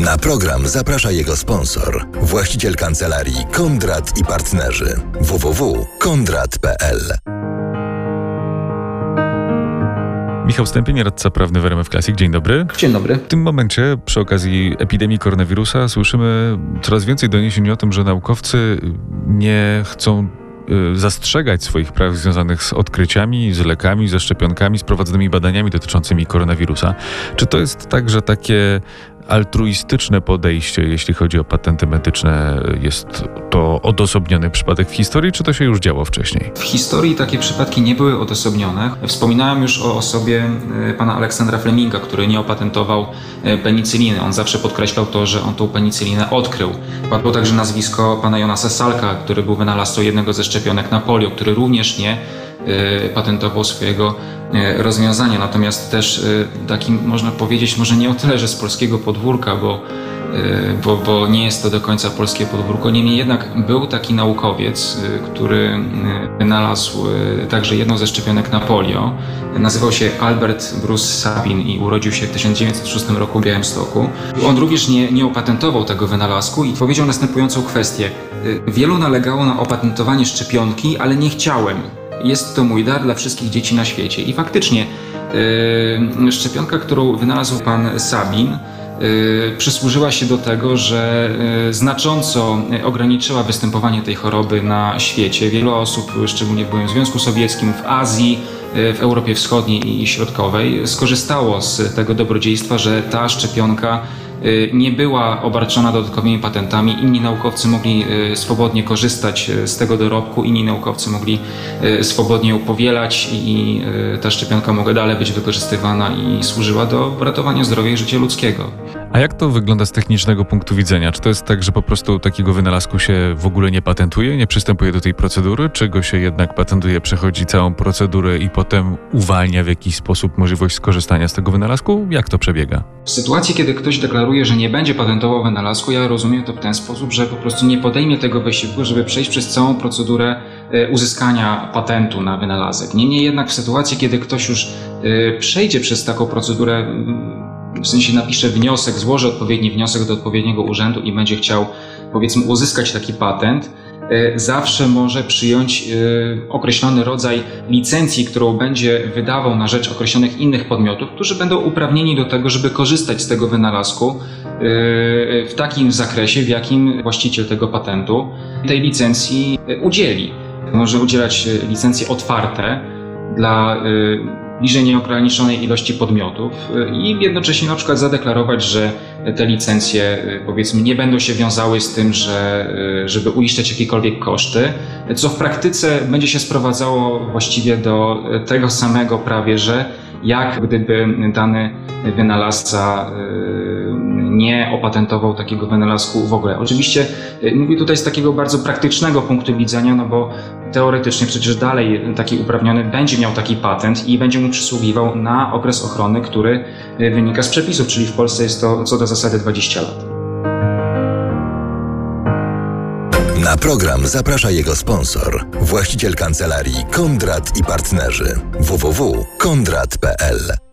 Na program zaprasza jego sponsor, właściciel kancelarii Kondrat i Partnerzy. www.kondrat.pl. Michał Stępień, radca prawny w RMF Classic. Dzień dobry. Dzień dobry. W tym momencie, przy okazji epidemii koronawirusa, słyszymy coraz więcej doniesień o tym, że naukowcy nie chcą zastrzegać swoich praw związanych z odkryciami, z lekami, ze szczepionkami, z prowadzonymi badaniami dotyczącymi koronawirusa. Czy to jest także takie altruistyczne podejście, jeśli chodzi o patenty medyczne? Jest to odosobniony przypadek w historii, czy to się już działo wcześniej? W historii takie przypadki nie były odosobnione. Wspominałem już o osobie pana Aleksandra Fleminga, który nie opatentował penicyliny. On zawsze podkreślał to, że on tą penicylinę odkrył. Padło także nazwisko pana Jonasa Salka, który był wynalazcą jednego ze szczepionek na polio, który również nie patentował swojego rozwiązania. Natomiast też takim, można powiedzieć, może nie o tyle, że z polskiego podwórka, bo nie jest to do końca polskie podwórko. Niemniej jednak był taki naukowiec, który wynalazł także jedną ze szczepionek na polio. Nazywał się Albert Bruce Sabin i urodził się w 1906 roku w Białymstoku. On również nie opatentował tego wynalazku i powiedział następującą kwestię. Wielu nalegało na opatentowanie szczepionki, ale nie chciałem. Jest to mój dar dla wszystkich dzieci na świecie. I faktycznie szczepionka, którą wynalazł pan Sabin, przysłużyła się do tego, że znacząco ograniczyła występowanie tej choroby na świecie. Wielu osób, szczególnie w byłym Związku Sowieckim, w Azji, w Europie Wschodniej i Środkowej, skorzystało z tego dobrodziejstwa, że ta szczepionka nie była obarczona dodatkowymi patentami. Inni naukowcy mogli swobodnie korzystać z tego dorobku, inni naukowcy mogli swobodnie ją powielać i ta szczepionka mogła dalej być wykorzystywana i służyła do ratowania zdrowia i życia ludzkiego. A jak to wygląda z technicznego punktu widzenia? Czy to jest tak, że po prostu takiego wynalazku się w ogóle nie patentuje, nie przystępuje do tej procedury, czy go się jednak patentuje, przechodzi całą procedurę i potem uwalnia w jakiś sposób możliwość skorzystania z tego wynalazku? Jak to przebiega? W sytuacji, kiedy ktoś deklaruje, że nie będzie patentował wynalazku, ja rozumiem to w ten sposób, że po prostu nie podejmie tego wysiłku, żeby przejść przez całą procedurę uzyskania patentu na wynalazek. Niemniej jednak w sytuacji, kiedy ktoś już przejdzie przez taką procedurę, w sensie napisze wniosek, złoży odpowiedni wniosek do odpowiedniego urzędu i będzie chciał, powiedzmy, uzyskać taki patent, zawsze może przyjąć określony rodzaj licencji, którą będzie wydawał na rzecz określonych innych podmiotów, którzy będą uprawnieni do tego, żeby korzystać z tego wynalazku w takim zakresie, w jakim właściciel tego patentu tej licencji udzieli. Może udzielać licencje otwarte dla bliżej nieograniczonej ilości podmiotów i jednocześnie na przykład zadeklarować, że te licencje, powiedzmy, nie będą się wiązały z tym, żeby uiszczać jakiekolwiek koszty, co w praktyce będzie się sprowadzało właściwie do tego samego prawie, że jak gdyby dany wynalazca nie opatentował takiego wynalazku w ogóle. Oczywiście mówię tutaj z takiego bardzo praktycznego punktu widzenia, no bo teoretycznie przecież dalej taki uprawniony będzie miał taki patent i będzie mu przysługiwał na okres ochrony, który wynika z przepisów, czyli w Polsce jest to co do zasady 20 lat. Na program zaprasza jego sponsor, właściciel kancelarii Kondrat i Partnerzy. www.kondrat.pl.